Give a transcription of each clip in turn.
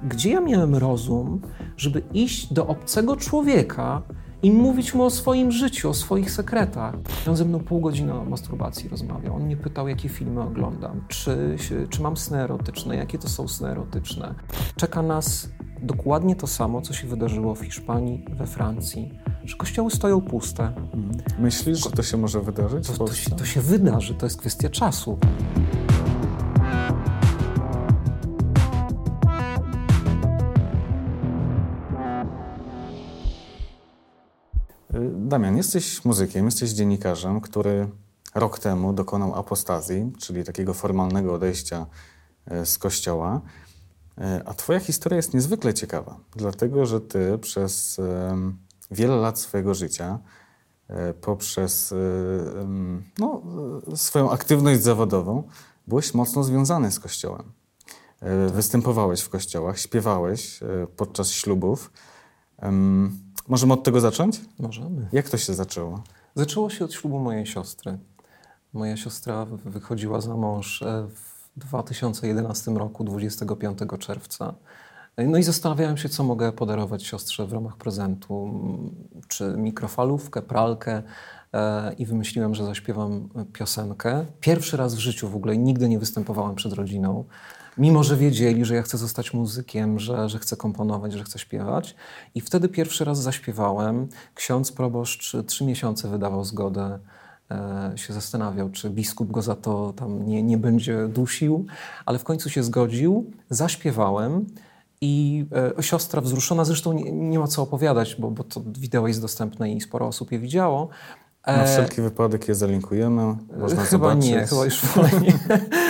Gdzie ja miałem rozum, żeby iść do obcego człowieka i mówić mu o swoim życiu, o swoich sekretach? On ze mną pół godziny o masturbacji rozmawiał. On mnie pytał, jakie filmy oglądam, czy mam sny erotyczne, jakie to są sny erotyczne. Czeka nas dokładnie to samo, co się wydarzyło w Hiszpanii, we Francji, że kościoły stoją puste. Myślisz, że to się może wydarzyć w Polsce? To się wydarzy, to jest kwestia czasu. Damian, jesteś muzykiem, jesteś dziennikarzem, który rok temu dokonał apostazji, czyli takiego formalnego odejścia z kościoła. A twoja historia jest niezwykle ciekawa, dlatego że ty przez wiele lat swojego życia, poprzez swoją aktywność zawodową, byłeś mocno związany z kościołem. Występowałeś w kościołach, śpiewałeś podczas ślubów. Możemy od tego zacząć? Możemy. Jak to się zaczęło? Zaczęło się od ślubu mojej siostry. Moja siostra wychodziła za mąż w 2011 roku, 25 czerwca. No i zastanawiałem się, co mogę podarować siostrze w ramach prezentu. Czy mikrofalówkę, pralkę. I wymyśliłem, że zaśpiewam piosenkę. Pierwszy raz w życiu w ogóle, nigdy nie występowałem przed rodziną. Mimo że wiedzieli, że ja chcę zostać muzykiem, że chcę komponować, że chcę śpiewać. I wtedy pierwszy raz zaśpiewałem. Ksiądz proboszcz 3 miesiące wydawał zgodę. Się zastanawiał, czy biskup go za to tam nie będzie dusił. Ale w końcu się zgodził. Zaśpiewałem. I siostra wzruszona, zresztą nie ma co opowiadać, bo to wideo jest dostępne i sporo osób je widziało. Na wszelki wypadek je zalinkujemy, można chyba zobaczyć. Nie, chyba już wolę nie.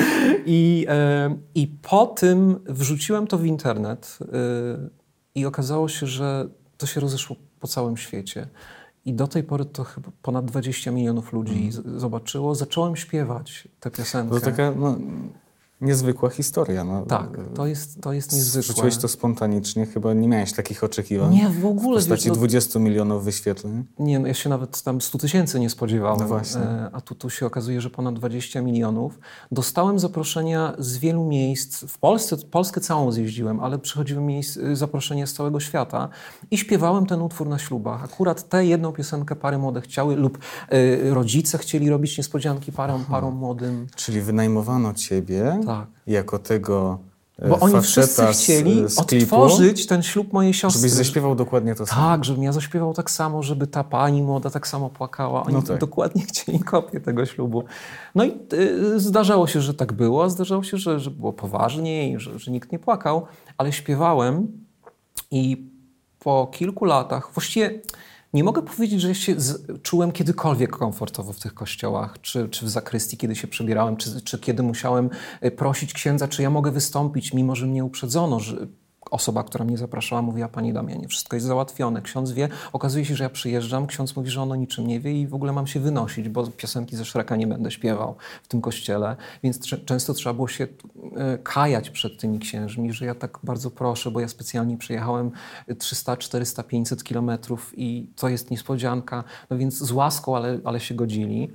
I po tym wrzuciłem to w internet i okazało się, że to się rozeszło po całym świecie. I do tej pory to chyba ponad 20 milionów ludzi zobaczyło. Zacząłem śpiewać tę piosenkę. To taka niezwykła historia. Tak, to jest niezwykłe. Wrzuciłeś to spontanicznie, chyba nie miałeś takich oczekiwań. Nie, w ogóle. W postaci 20 milionów wyświetleń. Nie, ja się nawet tam 100 000 nie spodziewałem. No właśnie. A tu się okazuje, że ponad 20 milionów. Dostałem zaproszenia z wielu miejsc. W Polskę całą zjeździłem, ale przychodziły zaproszenia z całego świata i śpiewałem ten utwór na ślubach. Akurat tę jedną piosenkę pary młode chciały lub rodzice chcieli robić niespodzianki parom młodym. Czyli wynajmowano ciebie jako tego bo oni wszyscy chcieli odtworzyć ten ślub mojej siostry. Żebyś zaśpiewał dokładnie to samo. Tak, żebym ja zaśpiewał tak samo, żeby ta pani młoda tak samo płakała. Oni dokładnie chcieli kopię tego ślubu. No i zdarzało się, że tak było, a zdarzało się, że było poważniej, że nikt nie płakał, ale śpiewałem i po kilku latach, właściwie nie mogę powiedzieć, że się czułem kiedykolwiek komfortowo w tych kościołach, czy w zakrystii, kiedy się przebierałem, czy kiedy musiałem prosić księdza, czy ja mogę wystąpić, mimo że mnie uprzedzono, że osoba, która mnie zapraszała, mówiła: Panie Damianie, wszystko jest załatwione, ksiądz wie. Okazuje się, że ja przyjeżdżam, ksiądz mówi, że on o niczym nie wie i w ogóle mam się wynosić, bo piosenki ze Shreka nie będę śpiewał w tym kościele. Więc często trzeba było się kajać przed tymi księżmi, że ja tak bardzo proszę, bo ja specjalnie przyjechałem 300, 400, 500 kilometrów i to jest niespodzianka. No więc z łaską, ale się godzili.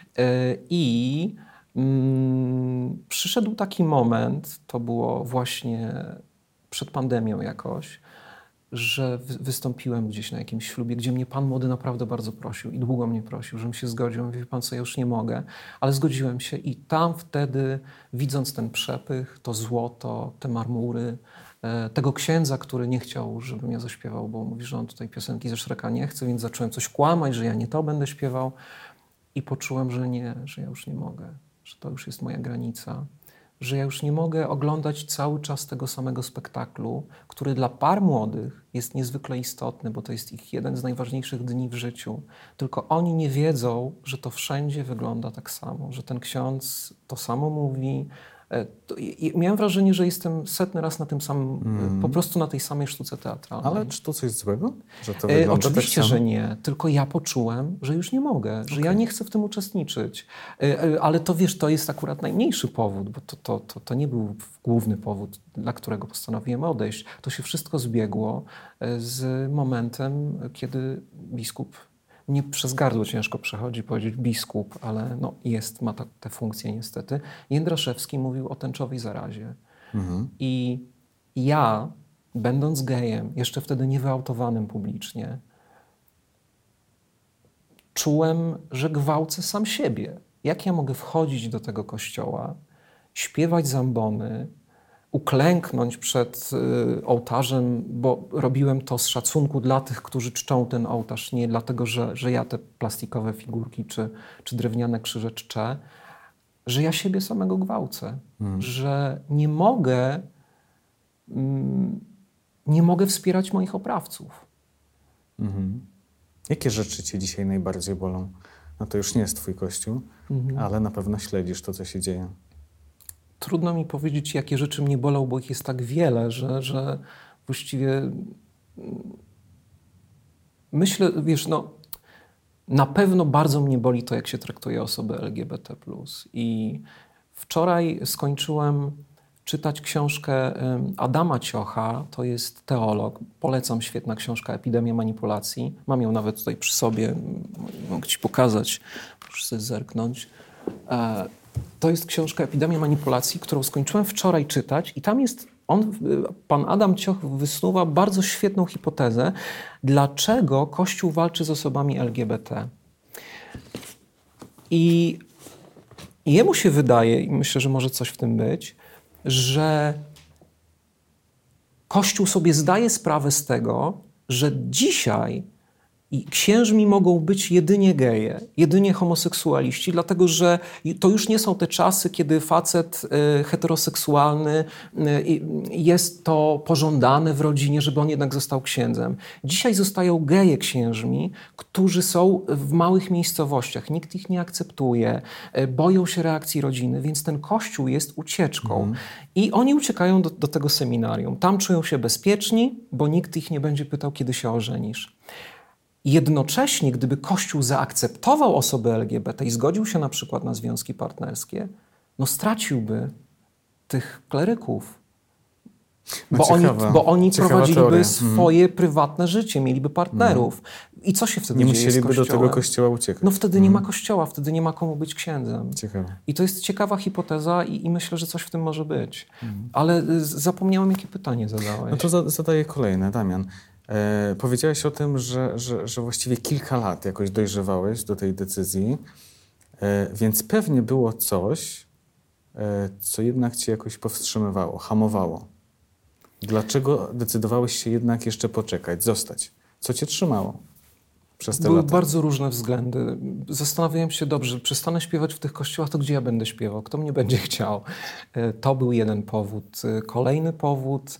Przyszedł taki moment, to było właśnie przed pandemią jakoś, że wystąpiłem gdzieś na jakimś ślubie, gdzie mnie pan młody naprawdę bardzo prosił i długo mnie prosił, żebym się zgodził. Mówi: wie pan co, ja już nie mogę, ale zgodziłem się i tam wtedy, widząc ten przepych, to złoto, te marmury, tego księdza, który nie chciał, żebym ja zaśpiewał, bo mówi, że on tutaj piosenki ze Shreka nie chce, więc zacząłem coś kłamać, że ja nie to będę śpiewał i poczułem, że nie, że ja już nie mogę, że to już jest moja granica. Że ja już nie mogę oglądać cały czas tego samego spektaklu, który dla par młodych jest niezwykle istotny, bo to jest ich jeden z najważniejszych dni w życiu. Tylko oni nie wiedzą, że to wszędzie wygląda tak samo, że ten ksiądz to samo mówi. Miałem wrażenie, że jestem setny raz na tym samym, po prostu na tej samej sztuce teatralnej. Ale czy to coś złego? Że to wygląda oczywiście, tak samo? że nie. Tylko ja poczułem, że już nie mogę, że ja nie chcę w tym uczestniczyć. Ale to wiesz, to jest akurat najmniejszy powód, bo to nie był główny powód, dla którego postanowiłem odejść. To się wszystko zbiegło z momentem, kiedy biskup, mnie przez gardło ciężko przechodzi powiedzieć biskup, ale ma tę funkcję niestety. Jędraszewski mówił o tęczowej zarazie. I ja będąc gejem, jeszcze wtedy niewyautowanym publicznie, czułem, że gwałcę sam siebie. Jak ja mogę wchodzić do tego kościoła, śpiewać zambony, uklęknąć przed ołtarzem, bo robiłem to z szacunku dla tych, którzy czczą ten ołtarz, nie dlatego, że ja te plastikowe figurki czy drewniane krzyże czczę, że ja siebie samego gwałcę, że nie mogę wspierać moich oprawców. Jakie rzeczy cię dzisiaj najbardziej bolą? No to już nie jest twój kościół, ale na pewno śledzisz to, co się dzieje. Trudno mi powiedzieć, jakie rzeczy mnie bolą, bo ich jest tak wiele, że właściwie myślę, wiesz, no na pewno bardzo mnie boli to, jak się traktuje osoby LGBT+. I wczoraj skończyłem czytać książkę Adama Ciocha, to jest teolog, polecam, świetna książka Epidemia manipulacji. Mam ją nawet tutaj przy sobie, mogę ci pokazać, proszę sobie zerknąć. To jest książka Epidemia manipulacji, którą skończyłem wczoraj czytać i tam jest pan Adam Cioch wysnuwa bardzo świetną hipotezę, dlaczego Kościół walczy z osobami LGBT. I jemu się wydaje, i myślę, że może coś w tym być, że Kościół sobie zdaje sprawę z tego, że dzisiaj księżmi mogą być jedynie geje, jedynie homoseksualiści, dlatego że to już nie są te czasy, kiedy facet heteroseksualny jest to pożądane w rodzinie, żeby on jednak został księdzem. Dzisiaj zostają geje księżmi, którzy są w małych miejscowościach. Nikt ich nie akceptuje, boją się reakcji rodziny, więc ten kościół jest ucieczką. I oni uciekają do tego seminarium. Tam czują się bezpieczni, bo nikt ich nie będzie pytał, kiedy się ożenisz. Jednocześnie, gdyby Kościół zaakceptował osoby LGBT i zgodził się na przykład na związki partnerskie, no straciłby tych kleryków. Bo oni prowadziliby swoje prywatne życie, mieliby partnerów. I co się wtedy nie dzieje z musieliby Kościołem? do tego kościoła uciekać. No wtedy nie ma Kościoła, wtedy nie ma komu być księdzem. Ciekawe. I to jest ciekawa hipoteza i myślę, że coś w tym może być. Ale zapomniałem, jakie pytanie zadałeś. No to zadaję kolejne, Damian. Powiedziałeś o tym, że właściwie kilka lat jakoś dojrzewałeś do tej decyzji, więc pewnie było coś, co jednak cię jakoś powstrzymywało, hamowało. Dlaczego decydowałeś się jednak jeszcze poczekać, zostać? Co cię trzymało przez te Były lata? bardzo różne względy. Zastanawiałem się, dobrze, przestanę śpiewać w tych kościołach, to gdzie ja będę śpiewał? Kto mnie będzie chciał? To był jeden powód. Kolejny powód,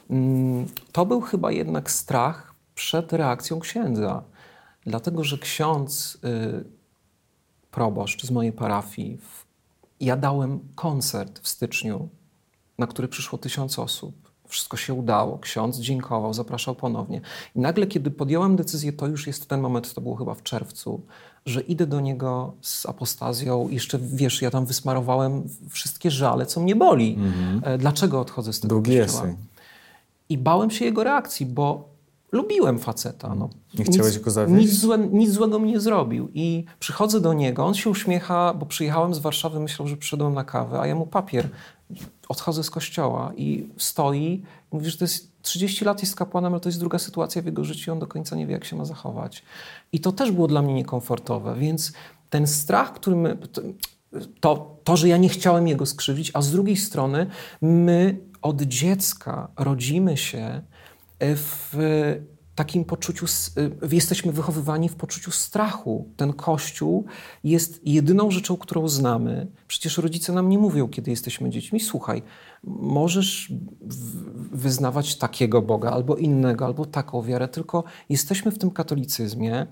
to był chyba jednak strach przed reakcją księdza. Dlatego, że ksiądz, proboszcz z mojej parafii, ja dałem koncert w styczniu, na który przyszło 1000 osób. Wszystko się udało. Ksiądz dziękował, zapraszał ponownie. I nagle, kiedy podjąłem decyzję, to już jest ten moment, to było chyba w czerwcu, że idę do niego z apostazją. Jeszcze, wiesz, ja tam wysmarowałem wszystkie żale, co mnie boli. Dlaczego odchodzę z tego kościoła? I bałem się jego reakcji, bo lubiłem faceta. No. Nie chciałeś go zawieść? Nic złego mi nie zrobił. I przychodzę do niego, on się uśmiecha, bo przyjechałem z Warszawy, myślał, że przyszedłem na kawę, a ja mu papier. Odchodzę z kościoła i stoi i mówi, że to jest 30 lat jest kapłanem, ale to jest druga sytuacja w jego życiu i on do końca nie wie, jak się ma zachować. I to też było dla mnie niekomfortowe, więc ten strach, który to, że ja nie chciałem jego skrzywdzić, a z drugiej strony my od dziecka rodzimy się w takim poczuciu, jesteśmy wychowywani w poczuciu strachu. Ten Kościół jest jedyną rzeczą, którą znamy. Przecież rodzice nam nie mówią, kiedy jesteśmy dziećmi, słuchaj, możesz wyznawać takiego Boga, albo innego, albo taką wiarę, tylko jesteśmy w tym katolicyzmie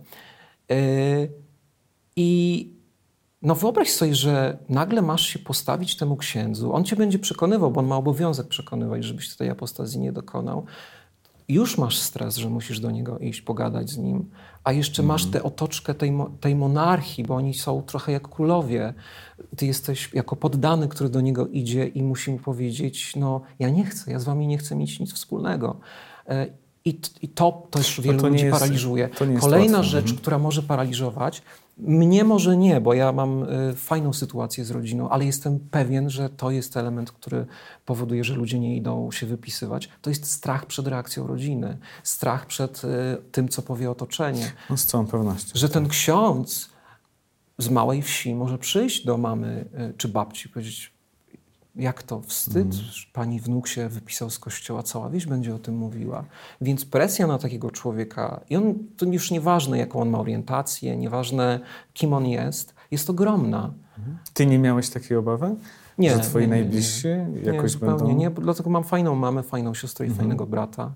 i no wyobraź sobie, że nagle masz się postawić temu księdzu, on cię będzie przekonywał, bo on ma obowiązek przekonywać, żebyś tej apostazji nie dokonał. Już masz stres, że musisz do niego iść, pogadać z nim, a jeszcze masz tę otoczkę tej monarchii, bo oni są trochę jak królowie. Ty jesteś jako poddany, który do niego idzie i musi mu powiedzieć, no ja nie chcę, ja z wami nie chcę mieć nic wspólnego. I to też wielu to nie ludzi jest- paraliżuje. to nie jest Kolejna łatwe. rzecz, która może paraliżować, mnie może nie, bo ja mam fajną sytuację z rodziną, ale jestem pewien, że to jest element, który powoduje, że ludzie nie idą się wypisywać. To jest strach przed reakcją rodziny, strach przed tym, co powie otoczenie. No, z całą pewnością. Że ten ksiądz z małej wsi może przyjść do mamy czy babci i powiedzieć: jak to wstyd, że pani wnuk się wypisał z kościoła, cała wieś będzie o tym mówiła. Więc presja na takiego człowieka, i on, to już nieważne, jaką on ma orientację, nieważne, kim on jest ogromna. Ty nie miałeś takiej obawy? Nie, Że twoi nie, nie, najbliżsi Nie, jakoś zupełnie będą... nie, dlatego mam fajną mamę, fajną siostrę i fajnego brata.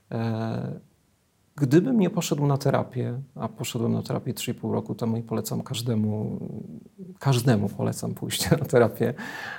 Gdybym nie poszedł na terapię, a poszedłem na terapię 3,5 roku temu i polecam każdemu polecam pójść na terapię,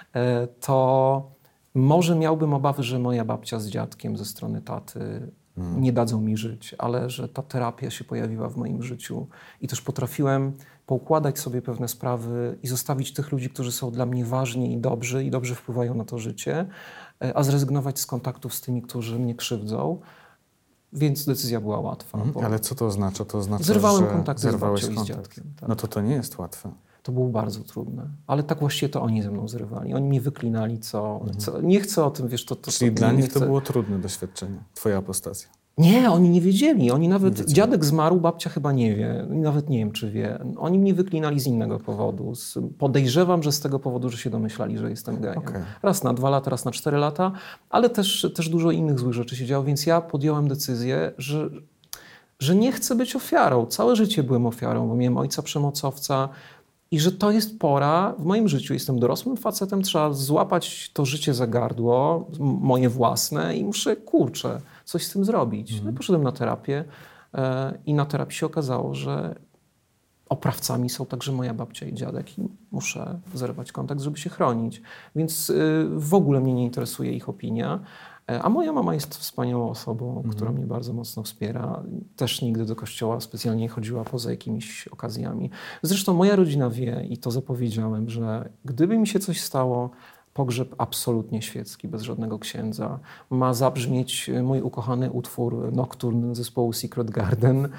to może miałbym obawy, że moja babcia z dziadkiem ze strony taty nie dadzą mi żyć, ale że ta terapia się pojawiła w moim życiu i też potrafiłem poukładać sobie pewne sprawy i zostawić tych ludzi, którzy są dla mnie ważni i dobrze wpływają na to życie, a zrezygnować z kontaktów z tymi, którzy mnie krzywdzą. Więc decyzja była łatwa. Bo Ale co to oznacza? To oznacza, zerwałem że kontakty z zerwałeś babcią i z kontakt. dziadkiem. Tak. No to nie jest łatwe. To było bardzo trudne. Ale tak właściwie to oni ze mną zrywali. Oni mnie wyklinali, co nie chcę o tym, wiesz, to Czyli to, dla nie nich chcę. to było trudne doświadczenie, twoja apostazja. Nie, oni nie wiedzieli. Oni nawet, wiedzieli. dziadek zmarł, babcia chyba nie wie. Nawet nie wiem, czy wie. Oni mnie wyklinali z innego powodu. Podejrzewam, że z tego powodu, że się domyślali, że jestem gejem. Okej. Raz na 2 lata, raz na 4 lata, ale też dużo innych złych rzeczy się działo, więc ja podjąłem decyzję, że nie chcę być ofiarą. Całe życie byłem ofiarą, bo miałem ojca przemocowca i że to jest pora w moim życiu. Jestem dorosłym facetem, trzeba złapać to życie za gardło, moje własne i muszę, coś z tym zrobić. No i poszedłem na terapię i na terapii się okazało, że oprawcami są także moja babcia i dziadek i muszę zerwać kontakt, żeby się chronić. Więc w ogóle mnie nie interesuje ich opinia. A moja mama jest wspaniałą osobą, która mnie bardzo mocno wspiera. Też nigdy do kościoła specjalnie nie chodziła poza jakimiś okazjami. Zresztą moja rodzina wie, i to zapowiedziałem, że gdyby mi się coś stało, pogrzeb absolutnie świecki, bez żadnego księdza. Ma zabrzmieć mój ukochany utwór Nocturne zespołu Secret Garden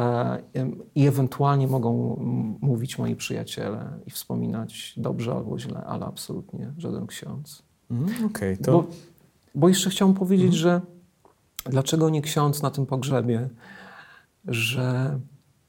i ewentualnie mogą mówić moi przyjaciele i wspominać dobrze albo źle, ale absolutnie żaden ksiądz. Okej, to... Bo jeszcze chciałam powiedzieć, że dlaczego nie ksiądz na tym pogrzebie, że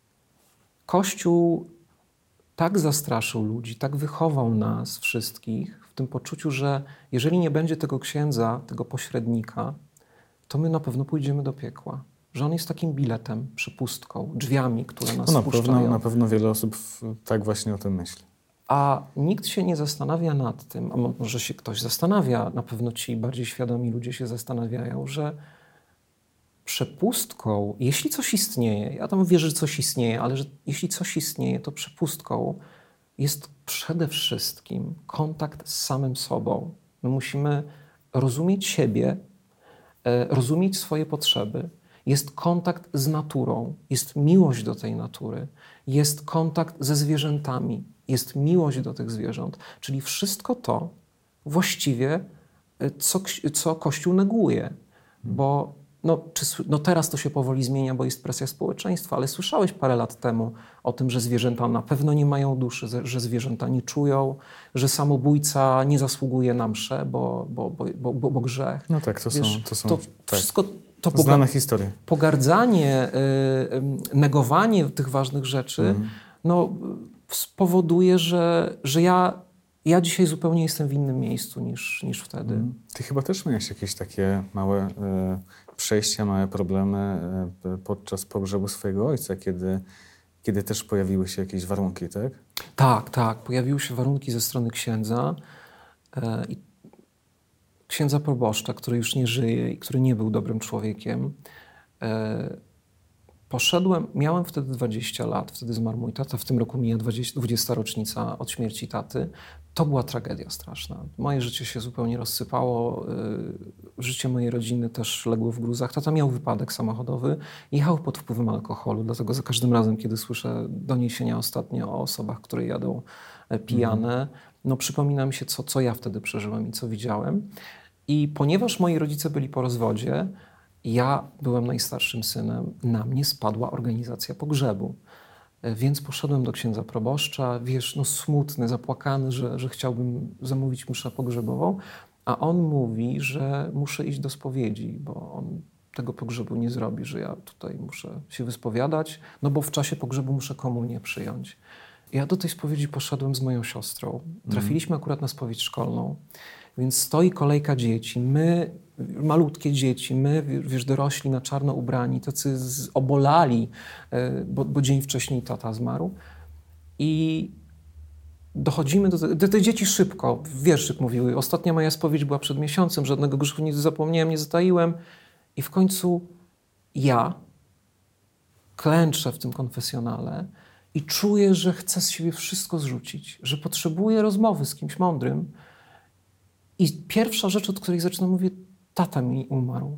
Kościół tak zastraszył ludzi, tak wychował nas wszystkich w tym poczuciu, że jeżeli nie będzie tego księdza, tego pośrednika, to my na pewno pójdziemy do piekła. Że on jest takim biletem, przepustką, drzwiami, które nas wpuszczają. Na pewno wiele osób tak właśnie o tym myśli. A nikt się nie zastanawia nad tym, a może się ktoś zastanawia, na pewno ci bardziej świadomi ludzie się zastanawiają, że przepustką, jeśli coś istnieje, ja tam wierzę, że coś istnieje, ale że jeśli coś istnieje, to przepustką jest przede wszystkim kontakt z samym sobą. My musimy rozumieć siebie, rozumieć swoje potrzeby. Jest kontakt z naturą, jest miłość do tej natury, jest kontakt ze zwierzętami, jest miłość do tych zwierząt. Czyli wszystko to właściwie, co Kościół neguje. Bo teraz to się powoli zmienia, bo jest presja społeczeństwa, ale słyszałeś parę lat temu o tym, że zwierzęta na pewno nie mają duszy, że zwierzęta nie czują, że samobójca nie zasługuje na mszę, bo grzech. No tak, to są tak, wszystko to znane historie. Pogardzanie, negowanie tych ważnych rzeczy spowoduje, że ja dzisiaj zupełnie jestem w innym miejscu niż wtedy. Ty chyba też miałeś jakieś takie małe przejścia, małe problemy podczas pogrzebu swojego ojca, kiedy też pojawiły się jakieś warunki, tak? Tak. Pojawiły się warunki ze strony księdza. Księdza proboszcza, który już nie żyje i który nie był dobrym człowiekiem. Miałem wtedy 20 lat, wtedy zmarł mój tata, w tym roku mija 20. rocznica od śmierci taty. To była tragedia straszna. Moje życie się zupełnie rozsypało, życie mojej rodziny też legło w gruzach. Tata miał wypadek samochodowy, jechał pod wpływem alkoholu, dlatego za każdym razem, kiedy słyszę doniesienia ostatnio o osobach, które jadą pijane, przypomina mi się, co ja wtedy przeżyłem i co widziałem. I ponieważ moi rodzice byli po rozwodzie, Ja byłem najstarszym synem, na mnie spadła organizacja pogrzebu. Więc poszedłem do księdza proboszcza, wiesz, no smutny, zapłakany, że chciałbym zamówić mszę pogrzebową, a on mówi, że muszę iść do spowiedzi, bo on tego pogrzebu nie zrobi, że ja tutaj muszę się wyspowiadać, no bo w czasie pogrzebu muszę komunię przyjąć. Ja do tej spowiedzi poszedłem z moją siostrą. Trafiliśmy akurat na spowiedź szkolną, więc stoi kolejka dzieci, my, malutkie dzieci, my, wiesz, dorośli na czarno ubrani, tacy obolali, bo dzień wcześniej tata zmarł. I dochodzimy do te dzieci szybko, wierszyk mówiły. Ostatnia moja spowiedź była przed miesiącem, żadnego grzechu nie zapomniałem, nie zataiłem. I w końcu ja klęczę w tym konfesjonale i czuję, że chcę z siebie wszystko zrzucić, że potrzebuję rozmowy z kimś mądrym. I pierwsza rzecz, od której zaczynam, mówię, tata mi umarł.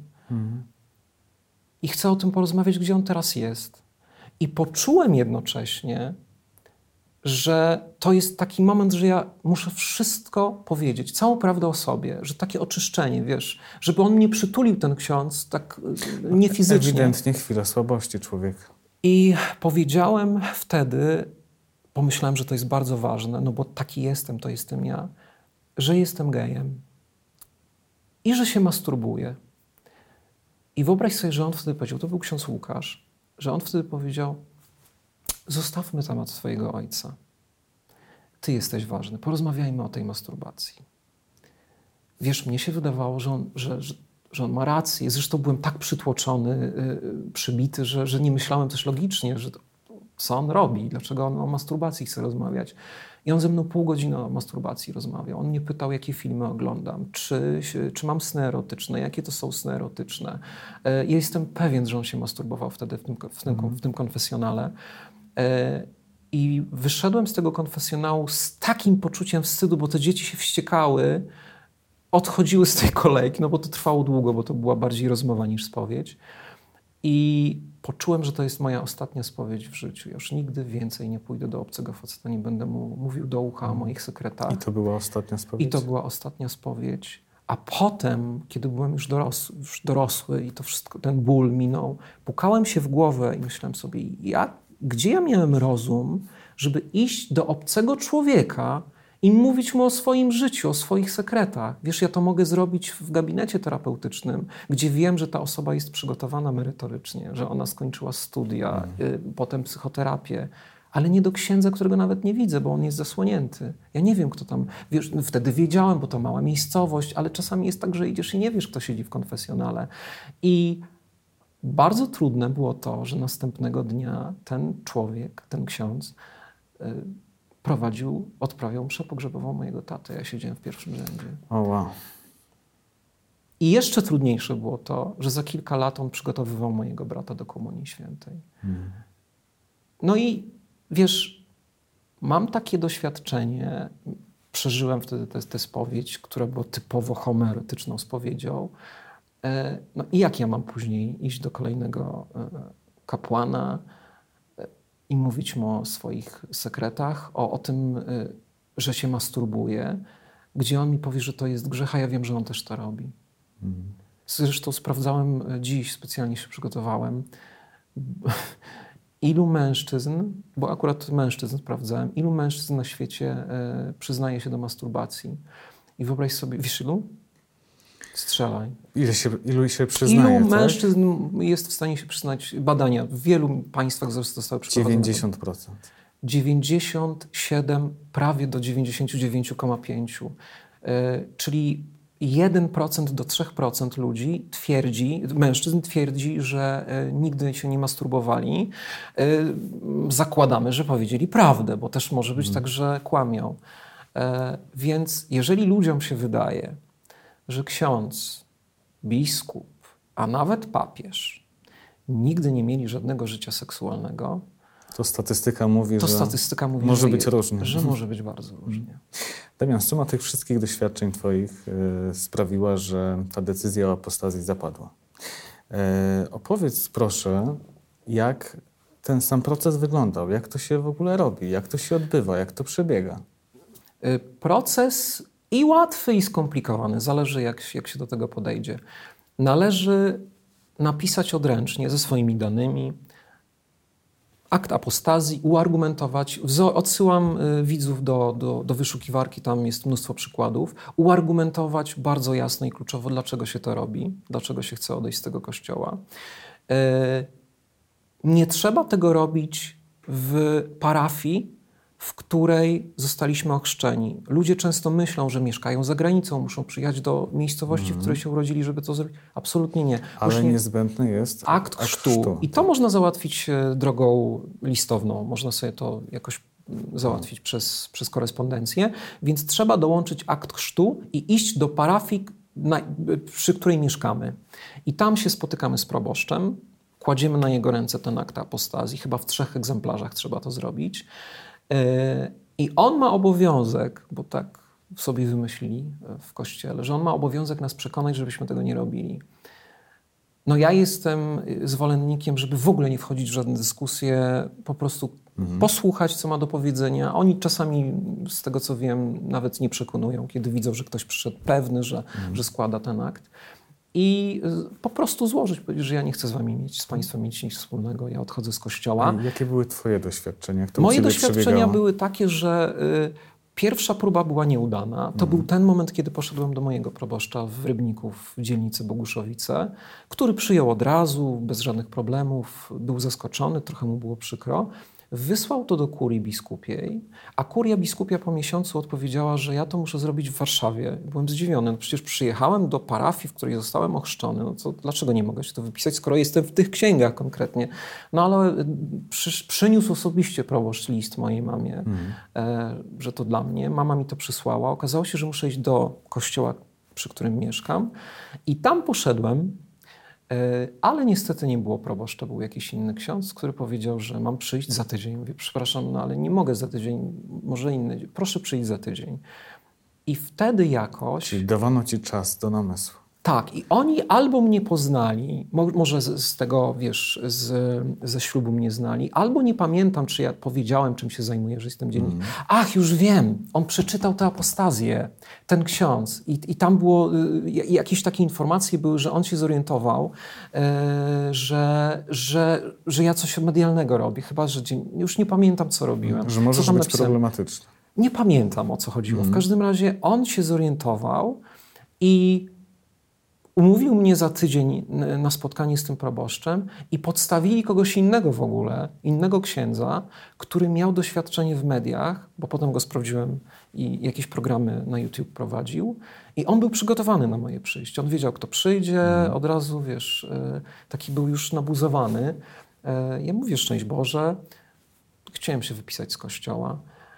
I chcę o tym porozmawiać, gdzie on teraz jest. I poczułem jednocześnie, że to jest taki moment, że ja muszę wszystko powiedzieć, całą prawdę o sobie, że takie oczyszczenie, wiesz, żeby on mnie przytulił, ten ksiądz, tak nie fizycznie. Ewidentnie chwila słabości człowieka. I powiedziałem wtedy, pomyślałem, że to jest bardzo ważne, no bo taki jestem, to jestem ja, że jestem gejem i że się masturbuję. I wyobraź sobie, że on wtedy powiedział, to był ksiądz Łukasz, że on wtedy powiedział, zostawmy temat swojego ojca. Ty jesteś ważny, porozmawiajmy o tej masturbacji. Wiesz, mnie się wydawało, że on ma rację. Zresztą byłem tak przytłoczony, przybity, że nie myślałem też logicznie, że co on robi, dlaczego on o masturbacji chce rozmawiać. I on ze mną pół godziny o masturbacji rozmawiał. On mnie pytał, jakie filmy oglądam, czy mam sny erotyczne, jakie to są sny erotyczne. Ja jestem pewien, że on się masturbował wtedy w tym konfesjonale. I wyszedłem z tego konfesjonału z takim poczuciem wstydu, bo te dzieci się wściekały, odchodziły z tej kolejki, no bo to trwało długo, bo to była bardziej rozmowa niż spowiedź. I poczułem, że to jest moja ostatnia spowiedź w życiu. Już nigdy więcej nie pójdę do obcego faceta, nie będę mu mówił do ucha o moich sekretach. I to była ostatnia spowiedź? I to była ostatnia spowiedź. A potem, kiedy byłem już dorosły i to wszystko, ten ból minął, pukałem się w głowę i myślałem sobie, gdzie ja miałem rozum, żeby iść do obcego człowieka i mówić mu o swoim życiu, o swoich sekretach. Wiesz, ja to mogę zrobić w gabinecie terapeutycznym, gdzie wiem, że ta osoba jest przygotowana merytorycznie, że ona skończyła studia, potem psychoterapię, ale nie do księdza, którego nawet nie widzę, bo on jest zasłonięty. Ja nie wiem, kto tam... Wiesz, wtedy wiedziałem, bo to mała miejscowość, ale czasami jest tak, że idziesz i nie wiesz, kto siedzi w konfesjonale. I bardzo trudne było to, że następnego dnia ten człowiek, ten ksiądz odprawiał mszę pogrzebową mojego taty. Ja siedziałem w pierwszym rzędzie. O, wow. I jeszcze trudniejsze było to, że za kilka lat on przygotowywał mojego brata do Komunii Świętej. No i wiesz, mam takie doświadczenie, przeżyłem wtedy tę spowiedź, która była typowo homoerotyczną spowiedzią. No i jak ja mam później iść do kolejnego kapłana i mówić mu o swoich sekretach, o tym, że się masturbuje, gdzie on mi powie, że to jest grzech, a ja wiem, że on też to robi. Zresztą sprawdzałem dziś, specjalnie się przygotowałem, ilu mężczyzn, bo akurat mężczyzn sprawdzałem, ilu mężczyzn na świecie przyznaje się do masturbacji. I wyobraź sobie, wiesz ilu? Strzelaj. Ilu się przyznaje, Ilu tak? mężczyzn jest w stanie się przyznać? Badania w wielu państwach zostały przeprowadzone. 90%. 97, prawie do 99,5%. Czyli 1% do 3% ludzi mężczyzn twierdzi, że nigdy się nie masturbowali. Zakładamy, że powiedzieli prawdę, bo też może być tak, że kłamią. Więc jeżeli ludziom się wydaje, że ksiądz, biskup, a nawet papież nigdy nie mieli żadnego życia seksualnego, to statystyka mówi, może być różnie. Że może być bardzo różnie. Damian, suma tych wszystkich doświadczeń twoich sprawiła, że ta decyzja o apostazji zapadła. Opowiedz proszę, jak ten sam proces wyglądał, jak to się w ogóle robi, jak to się odbywa, jak to przebiega. Proces i łatwy, i skomplikowany. Zależy, jak się do tego podejdzie. Należy napisać odręcznie ze swoimi danymi akt apostazji, uargumentować. Odsyłam widzów do wyszukiwarki, tam jest mnóstwo przykładów. Uargumentować bardzo jasno i kluczowo, dlaczego się to robi, dlaczego się chce odejść z tego kościoła. Nie trzeba tego robić w parafii, w której zostaliśmy ochrzczeni. Ludzie często myślą, że mieszkają za granicą, muszą przyjechać do miejscowości, w której się urodzili, żeby to zrobić. Absolutnie nie. Ale niezbędny jest akt chrztu. I to można załatwić drogą listowną. Można sobie to jakoś załatwić przez korespondencję. Więc trzeba dołączyć akt chrztu i iść do parafii, przy której mieszkamy. I tam się spotykamy z proboszczem, kładziemy na jego ręce ten akt apostazji. Chyba w 3 egzemplarzach trzeba to zrobić. I on ma obowiązek, bo tak sobie wymyślili w kościele, że on ma obowiązek nas przekonać, żebyśmy tego nie robili. No ja jestem zwolennikiem, żeby w ogóle nie wchodzić w żadne dyskusje, po prostu posłuchać, co ma do powiedzenia. Oni czasami, z tego co wiem, nawet nie przekonują, kiedy widzą, że ktoś przyszedł pewny, że składa ten akt. I po prostu złożyć, powiedzieć, że ja nie chcę z państwem mieć nic wspólnego, ja odchodzę z kościoła. A jakie były twoje doświadczenia? Jak to Moje doświadczenia były takie, że pierwsza próba była nieudana. To był ten moment, kiedy poszedłem do mojego proboszcza w Rybniku, w dzielnicy Boguszowice, który przyjął od razu, bez żadnych problemów, był zaskoczony, trochę mu było przykro. Wysłał to do kurii biskupiej, a kuria biskupia po miesiącu odpowiedziała, że ja to muszę zrobić w Warszawie. Byłem zdziwiony. No przecież przyjechałem do parafii, w której zostałem ochrzczony. No to dlaczego nie mogę się to wypisać, skoro jestem w tych księgach konkretnie? No ale przyniósł osobiście proboszcz list mojej mamie, że to dla mnie. Mama mi to przysłała. Okazało się, że muszę iść do kościoła, przy którym mieszkam. I tam poszedłem. Ale niestety nie było proboszcza, był jakiś inny ksiądz, który powiedział, że mam przyjść za tydzień. Mówię, przepraszam, no ale nie mogę za tydzień, może inny, proszę przyjść za tydzień. I wtedy jakoś... Czyli dawano ci czas do namysłu. Tak, i oni albo mnie poznali, może z tego, wiesz, ze ślubu mnie znali, albo nie pamiętam, czy ja powiedziałem, czym się zajmuję, że jestem dziennikarzem. Ach, już wiem, on przeczytał tę apostazję, ten ksiądz. I tam było, jakieś takie informacje były, że on się zorientował, że ja coś medialnego robię, chyba, że już nie pamiętam, co robiłem. Że możesz być problematyczny. Nie pamiętam, o co chodziło. W każdym razie on się zorientował i umówił mnie za tydzień na spotkanie z tym proboszczem i podstawili kogoś innego w ogóle, innego księdza, który miał doświadczenie w mediach, bo potem go sprawdziłem i jakieś programy na YouTube prowadził i on był przygotowany na moje przyjście. On wiedział, kto przyjdzie, od razu, wiesz, taki był już nabuzowany. Ja mówię, szczęść Boże, chciałem się wypisać z kościoła.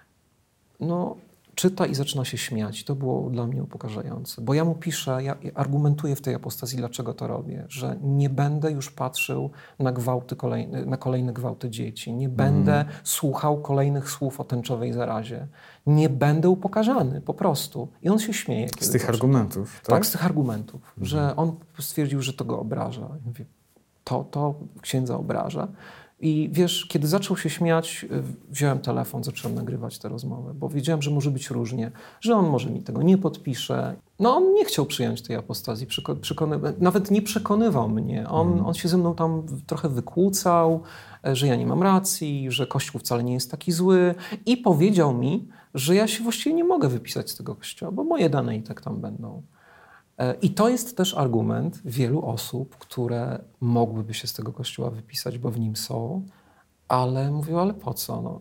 No, czyta i zaczyna się śmiać. To było dla mnie upokarzające, bo ja mu piszę, ja argumentuję w tej apostazji, dlaczego to robię, że nie będę już patrzył na gwałty na kolejne gwałty dzieci, nie będę słuchał kolejnych słów o tęczowej zarazie, nie będę upokarzany, po prostu. I on się śmieje. Z tych argumentów, tak? Tak, z tych argumentów, że on stwierdził, że to go obraża. Ja mówię, to księdza obraża. I wiesz, kiedy zaczął się śmiać, wziąłem telefon, zacząłem nagrywać tę rozmowę, bo wiedziałem, że może być różnie, że on może mi tego nie podpisze. No on nie chciał przyjąć tej apostazji, nawet nie przekonywał mnie. On się ze mną tam trochę wykłócał, że ja nie mam racji, że Kościół wcale nie jest taki zły i powiedział mi, że ja się właściwie nie mogę wypisać z tego kościoła, bo moje dane i tak tam będą. I to jest też argument wielu osób, które mogłyby się z tego kościoła wypisać, bo w nim są, ale mówią, ale po co? No,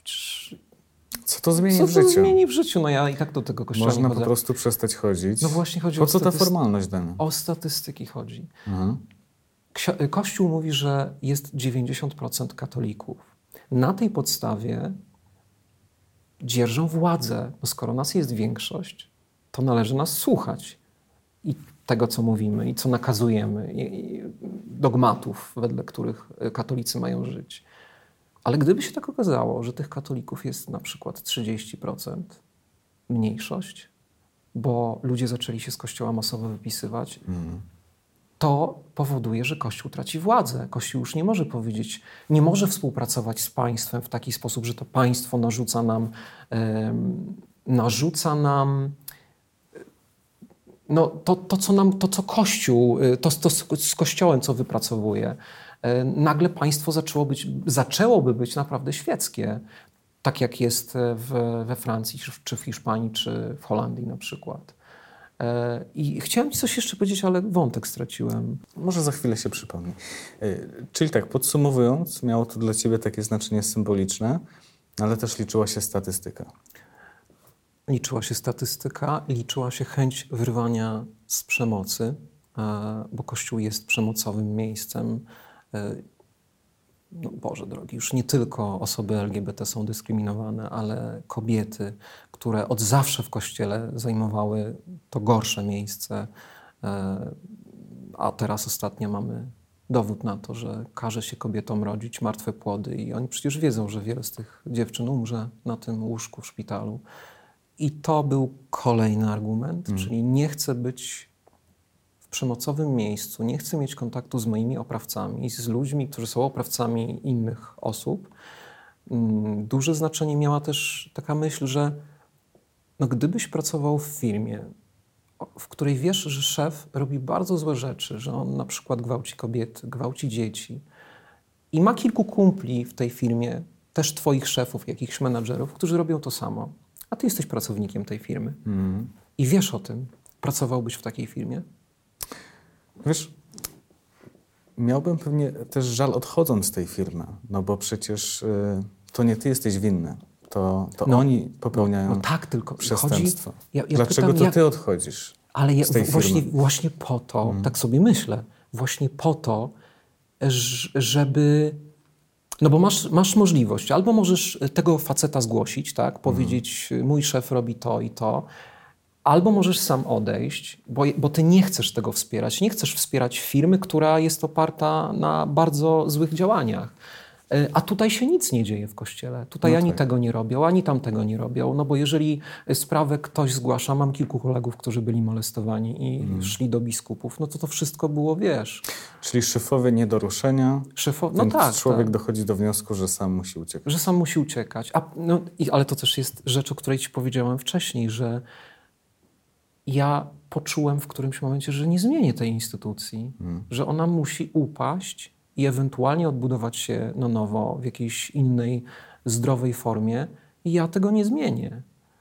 co to zmieni w co życiu? zmieni w życiu? No ja i tak do tego kościoła Można nie chodzę. po prostu przestać chodzić. No właśnie chodzi po o co ta formalność dana? O statystyki chodzi. Kościół mówi, że jest 90% katolików. Na tej podstawie dzierżą władzę. No skoro nas jest większość, to należy nas słuchać. I tego, co mówimy i co nakazujemy, i dogmatów, wedle których katolicy mają żyć. Ale gdyby się tak okazało, że tych katolików jest na przykład 30%, mniejszość, bo ludzie zaczęli się z kościoła masowo wypisywać, to powoduje, że Kościół traci władzę. Kościół już nie może powiedzieć, nie może współpracować z państwem w taki sposób, że to państwo narzuca nam no to co Kościół, to z Kościołem, co wypracowuje, nagle państwo zaczęłoby być naprawdę świeckie, tak jak jest we Francji, czy w Hiszpanii, czy w Holandii na przykład. I chciałem ci coś jeszcze powiedzieć, ale wątek straciłem. Może za chwilę się przypomni. Czyli tak, podsumowując, miało to dla ciebie takie znaczenie symboliczne, ale też liczyła się statystyka. Liczyła się statystyka, liczyła się chęć wyrwania z przemocy, bo Kościół jest przemocowym miejscem. No Boże drogi, już nie tylko osoby LGBT są dyskryminowane, ale kobiety, które od zawsze w Kościele zajmowały to gorsze miejsce, a teraz ostatnio mamy dowód na to, że każe się kobietom rodzić martwe płody i oni przecież wiedzą, że wiele z tych dziewczyn umrze na tym łóżku w szpitalu. I to był kolejny argument, czyli nie chcę być w przemocowym miejscu, nie chcę mieć kontaktu z moimi oprawcami, z ludźmi, którzy są oprawcami innych osób. Duże znaczenie miała też taka myśl, że no, gdybyś pracował w firmie, w której wiesz, że szef robi bardzo złe rzeczy, że on na przykład gwałci kobiety, gwałci dzieci i ma kilku kumpli w tej firmie, też twoich szefów, jakichś menadżerów, którzy robią to samo, a ty jesteś pracownikiem tej firmy i wiesz o tym, pracowałbyś w takiej firmie? Wiesz, miałbym pewnie też żal odchodząc z tej firmy, no bo przecież to nie ty jesteś winny, to oni popełniają no tak, tylko przestępstwo. Ja Dlaczego pytam, to ty odchodzisz z tej firmy? Właśnie po to, tak sobie myślę, właśnie po to, żeby... No bo masz możliwość, albo możesz tego faceta zgłosić, tak, powiedzieć, mój szef robi to i to, albo możesz sam odejść, bo ty nie chcesz tego wspierać. Nie chcesz wspierać firmy, która jest oparta na bardzo złych działaniach. A tutaj się nic nie dzieje w Kościele. Tutaj ani tego nie robią, ani tamtego nie robią. No bo jeżeli sprawę ktoś zgłasza, mam kilku kolegów, którzy byli molestowani i szli do biskupów, no to wszystko było, wiesz. Czyli szefowie nie do ruszenia, No tak. człowiek dochodzi do wniosku, że sam musi uciekać. Że sam musi uciekać. Ale to też jest rzecz, o której ci powiedziałem wcześniej, że ja poczułem w którymś momencie, że nie zmienię tej instytucji, że ona musi upaść i ewentualnie odbudować się na nowo w jakiejś innej, zdrowej formie i ja tego nie zmienię.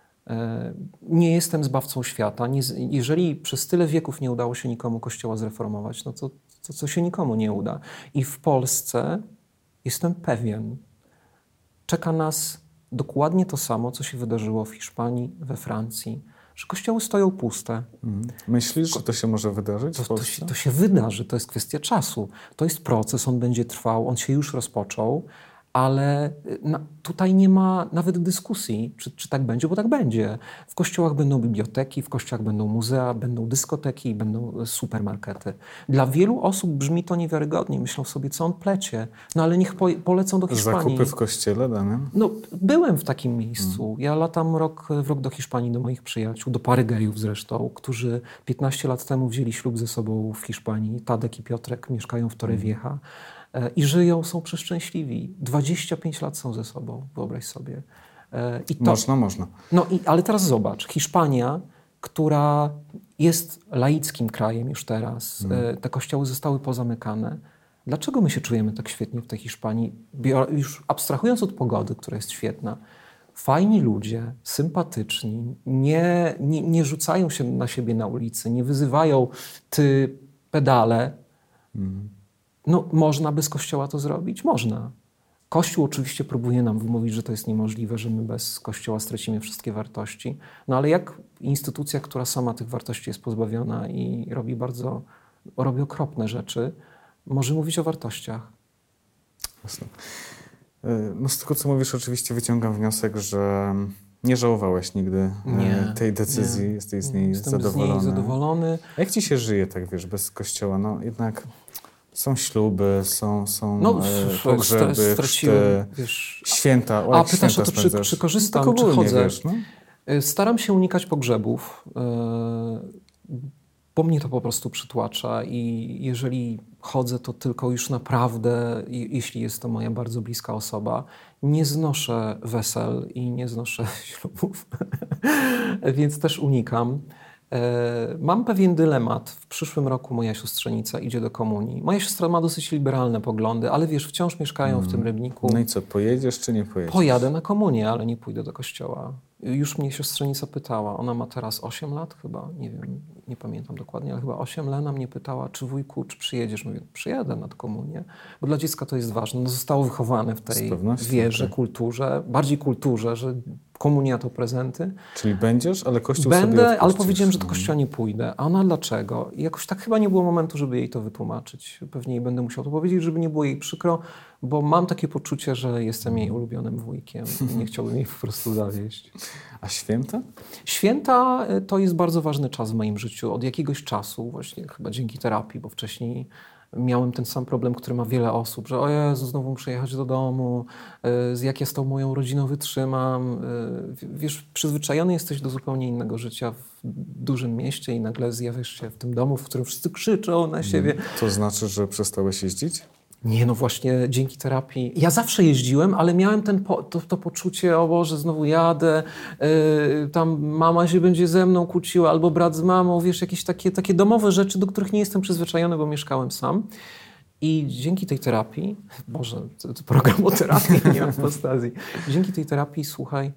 Nie jestem zbawcą świata. Jeżeli przez tyle wieków nie udało się nikomu Kościoła zreformować, no to się nikomu nie uda. I w Polsce jestem pewien, czeka nas dokładnie to samo, co się wydarzyło w Hiszpanii, we Francji, że kościoły stoją puste. Myślisz, że to się może wydarzyć w Polsce? To się wydarzy, to jest kwestia czasu. To jest proces, on będzie trwał, on się już rozpoczął, ale tutaj nie ma nawet dyskusji, czy tak będzie, bo tak będzie. W kościołach będą biblioteki, w kościołach będą muzea, będą dyskoteki, będą supermarkety. Dla wielu osób brzmi to niewiarygodnie. Myślą sobie, co on plecie. No ale niech polecą do Hiszpanii. Zakupy w kościele, Damian? No, byłem w takim miejscu. Ja latam rok w rok do Hiszpanii, do moich przyjaciół, do pary gejów zresztą, którzy 15 lat temu wzięli ślub ze sobą w Hiszpanii. Tadek i Piotrek mieszkają w Torrevieja i żyją, są przeszczęśliwi. 25 lat są ze sobą, wyobraź sobie. Można. Ale teraz zobacz, Hiszpania, która jest laickim krajem już teraz, te kościoły zostały pozamykane. Dlaczego my się czujemy tak świetnie w tej Hiszpanii? Już abstrahując od pogody, która jest świetna, fajni ludzie, sympatyczni, nie rzucają się na siebie na ulicy, nie wyzywają ty pedale. No można by z Kościoła to zrobić? Można. Kościół oczywiście próbuje nam wymówić, że to jest niemożliwe, że my bez Kościoła stracimy wszystkie wartości. No ale jak instytucja, która sama tych wartości jest pozbawiona i robi okropne rzeczy, może mówić o wartościach? Jasne. No z tego, co mówisz, oczywiście wyciągam wniosek, że nie żałowałeś nigdy tej decyzji, jesteś z niej zadowolony. Z niej zadowolony. A jak ci się żyje, tak wiesz, bez Kościoła? No jednak są śluby, są pogrzeby, chrzty, święta. A pytasz o to, czy korzystam, czy chodzę? Wiesz, no? Staram się unikać pogrzebów, bo mnie to po prostu przytłacza i jeżeli chodzę, to tylko już naprawdę, jeśli jest to moja bardzo bliska osoba, nie znoszę wesel i nie znoszę ślubów, więc też unikam. Mam pewien dylemat. W przyszłym roku moja siostrzenica idzie do komunii. Moja siostra ma dosyć liberalne poglądy, ale wiesz, wciąż mieszkają w tym Rybniku. No i co, pojedziesz czy nie pojedziesz? Pojadę na komunię, ale nie pójdę do kościoła. Już mnie siostrzenica pytała, ona ma teraz 8 lat chyba, nie wiem, nie pamiętam dokładnie, ale chyba 8 lat mnie pytała, czy wujku, czy przyjedziesz? Mówię, przyjadę na komunię, bo dla dziecka to jest ważne. No, zostało wychowane w tej wierze, tak. kulturze, bardziej kulturze, że komunia to prezenty. Czyli będziesz, ale kościół sobie Będę, ale odpuścisz. powiedziałem, że do kościoła nie pójdę. A ona dlaczego? I jakoś tak chyba nie było momentu, żeby jej to wytłumaczyć. Pewnie jej będę musiał to powiedzieć, żeby nie było jej przykro, bo mam takie poczucie, że jestem jej ulubionym wujkiem i nie chciałbym jej po prostu zawieść. A święta? Święta to jest bardzo ważny czas w moim życiu. Od jakiegoś czasu, właśnie chyba dzięki terapii, bo wcześniej miałem ten sam problem, który ma wiele osób, że o Jezu, znowu muszę jechać do domu, jak ja z tą moją rodziną wytrzymam. Wiesz, przyzwyczajony jesteś do zupełnie innego życia w dużym mieście i nagle zjawiasz się w tym domu, w którym wszyscy krzyczą na siebie. To znaczy, że przestałeś jeździć? Nie, no właśnie dzięki terapii. Ja zawsze jeździłem, ale miałem to poczucie, o Boże, znowu jadę, tam mama się będzie ze mną kłóciła, albo brat z mamą, wiesz, jakieś takie domowe rzeczy, do których nie jestem przyzwyczajony, bo mieszkałem sam. I dzięki tej terapii, Boże, to program o terapii, nie mam apostazji. Dzięki tej terapii, słuchaj,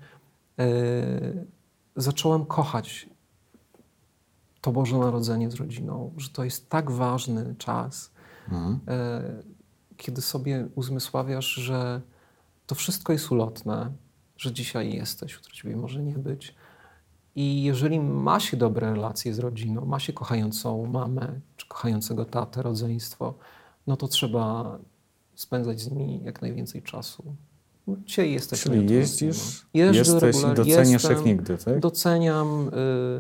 zacząłem kochać to Boże Narodzenie z rodziną, że to jest tak ważny czas, kiedy sobie uzmysławiasz, że to wszystko jest ulotne, że dzisiaj jesteś, jutro ciebie może nie być. I jeżeli ma się dobre relacje z rodziną, ma się kochającą mamę, czy kochającego tatę, rodzeństwo, no to trzeba spędzać z nimi jak najwięcej czasu. Dzisiaj jesteśmy. Czyli jeździsz, jeżdżę jesteś i regularnie, doceniasz jak nigdy, tak? Doceniam.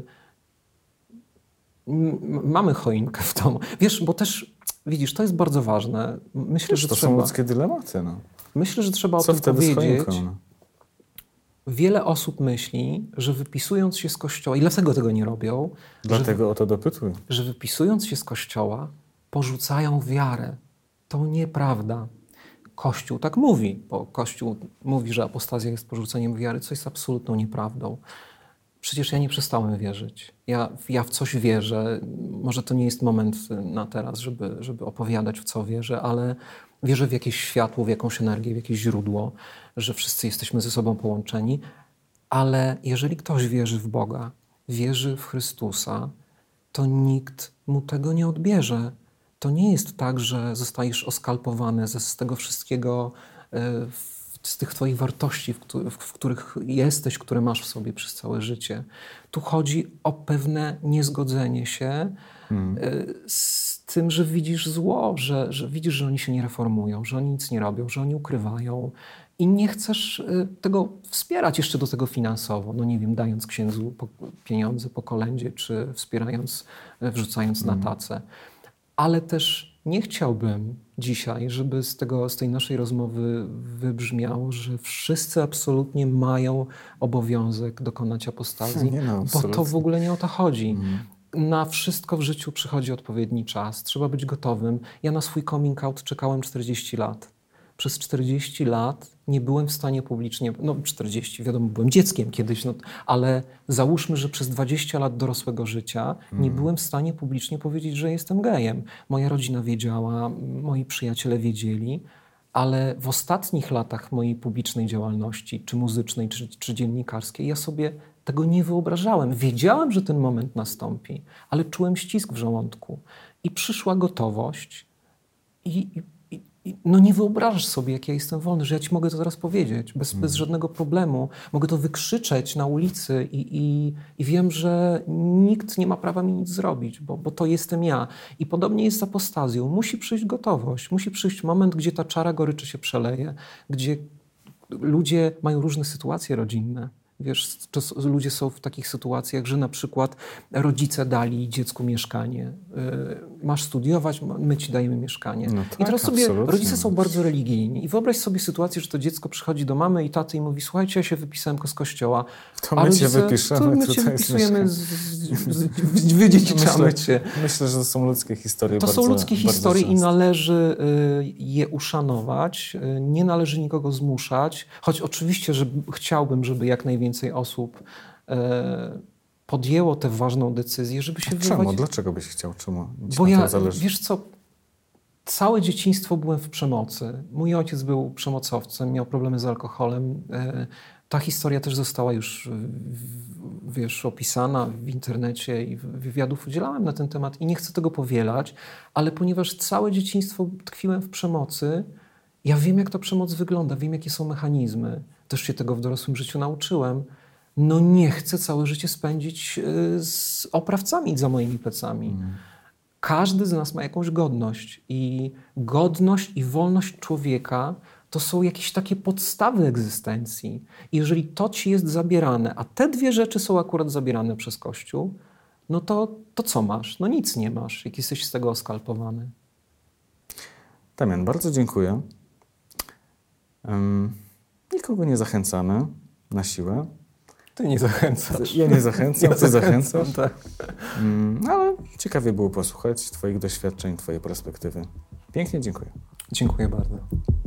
Mamy choinkę w domu. Wiesz, bo też, widzisz, to jest bardzo ważne. Myślę, że To trzeba, są ludzkie dylematy, no. myślę, że trzeba o Co tym wtedy z powiedzieć. choinką? No? Wiele osób myśli, że wypisując się z kościoła, i dlaczego tego nie robią, Dlatego o to dopytuję. że wypisując się z kościoła, porzucają wiarę. To nieprawda. Kościół tak mówi, bo Kościół mówi, że apostazja jest porzuceniem wiary, co jest absolutną nieprawdą. Przecież ja nie przestałem wierzyć. Ja w coś wierzę. Może to nie jest moment na teraz, żeby opowiadać, w co wierzę, ale wierzę w jakieś światło, w jakąś energię, w jakieś źródło, że wszyscy jesteśmy ze sobą połączeni. Ale jeżeli ktoś wierzy w Boga, wierzy w Chrystusa, to nikt mu tego nie odbierze. To nie jest tak, że zostajesz oskalpowany z tego wszystkiego, z tych twoich wartości, w których jesteś, które masz w sobie przez całe życie. Tu chodzi o pewne niezgodzenie się z tym, że widzisz zło, że widzisz, że oni się nie reformują, że oni nic nie robią, że oni ukrywają i nie chcesz tego wspierać jeszcze do tego finansowo. No nie wiem, dając księdzu pieniądze po kolędzie, czy wspierając, wrzucając na tacę. Ale też nie chciałbym dzisiaj, żeby z tej naszej rozmowy wybrzmiało, że wszyscy absolutnie mają obowiązek dokonać apostazji, Nie no, bo to w ogóle nie o to chodzi. Na wszystko w życiu przychodzi odpowiedni czas. Trzeba być gotowym. Ja na swój coming out czekałem 40 lat. Przez 40 lat nie byłem w stanie publicznie, no 40, wiadomo, byłem dzieckiem kiedyś, no, ale załóżmy, że przez 20 lat dorosłego życia nie byłem w stanie publicznie powiedzieć, że jestem gejem. Moja rodzina wiedziała, moi przyjaciele wiedzieli, ale w ostatnich latach mojej publicznej działalności, czy muzycznej, czy dziennikarskiej, ja sobie tego nie wyobrażałem. Wiedziałem, że ten moment nastąpi, ale czułem ścisk w żołądku i przyszła gotowość no nie wyobrażasz sobie, jak ja jestem wolny, że ja ci mogę to teraz powiedzieć, bez żadnego problemu. Mogę to wykrzyczeć na ulicy i wiem, że nikt nie ma prawa mi nic zrobić, bo to jestem ja. I podobnie jest z apostazją. Musi przyjść gotowość, musi przyjść moment, gdzie ta czara goryczy się przeleje, gdzie ludzie mają różne sytuacje rodzinne. Wiesz, ludzie są w takich sytuacjach, że na przykład rodzice dali dziecku mieszkanie. Masz studiować, my ci dajemy mieszkanie. No tak, i teraz sobie absolutnie. rodzice są bardzo religijni. I wyobraź sobie sytuację, że to dziecko przychodzi do mamy i taty i mówi: słuchajcie, ja się wypisałem z kościoła. To my cię wypiszemy. To my cię wypisujemy, wydziedziczamy cię. Myślę, że to są ludzkie historie. To bardzo, są ludzkie historie i często. należy je uszanować. Nie należy nikogo zmuszać. Choć oczywiście, że chciałbym, żeby jak najwięcej osób podjęło tę ważną decyzję, żeby się Czemu? Dlaczego byś chciał? Czemu ci Bo na tym ja, zależy? wiesz co, całe dzieciństwo byłem w przemocy. Mój ojciec był przemocowcem, miał problemy z alkoholem. Ta historia też została już, wiesz, opisana w internecie i wywiadów udzielałem na ten temat i nie chcę tego powielać, ale ponieważ całe dzieciństwo tkwiłem w przemocy, ja wiem, jak ta przemoc wygląda, wiem, jakie są mechanizmy. Też się tego w dorosłym życiu nauczyłem. No nie chcę całe życie spędzić z oprawcami za moimi plecami. Każdy z nas ma jakąś godność i godność i wolność człowieka to są jakieś takie podstawy egzystencji. I jeżeli to ci jest zabierane, a te dwie rzeczy są akurat zabierane przez Kościół, no to co masz? No nic nie masz, jak jesteś z tego oskalpowany. Damian, bardzo dziękuję. Nikogo nie zachęcamy na siłę. Ty nie zachęcasz. Ja nie zachęcam, ty zachęcasz. Tak. Ale ciekawie było posłuchać Twoich doświadczeń, Twojej perspektywy. Pięknie dziękuję. Dziękuję bardzo.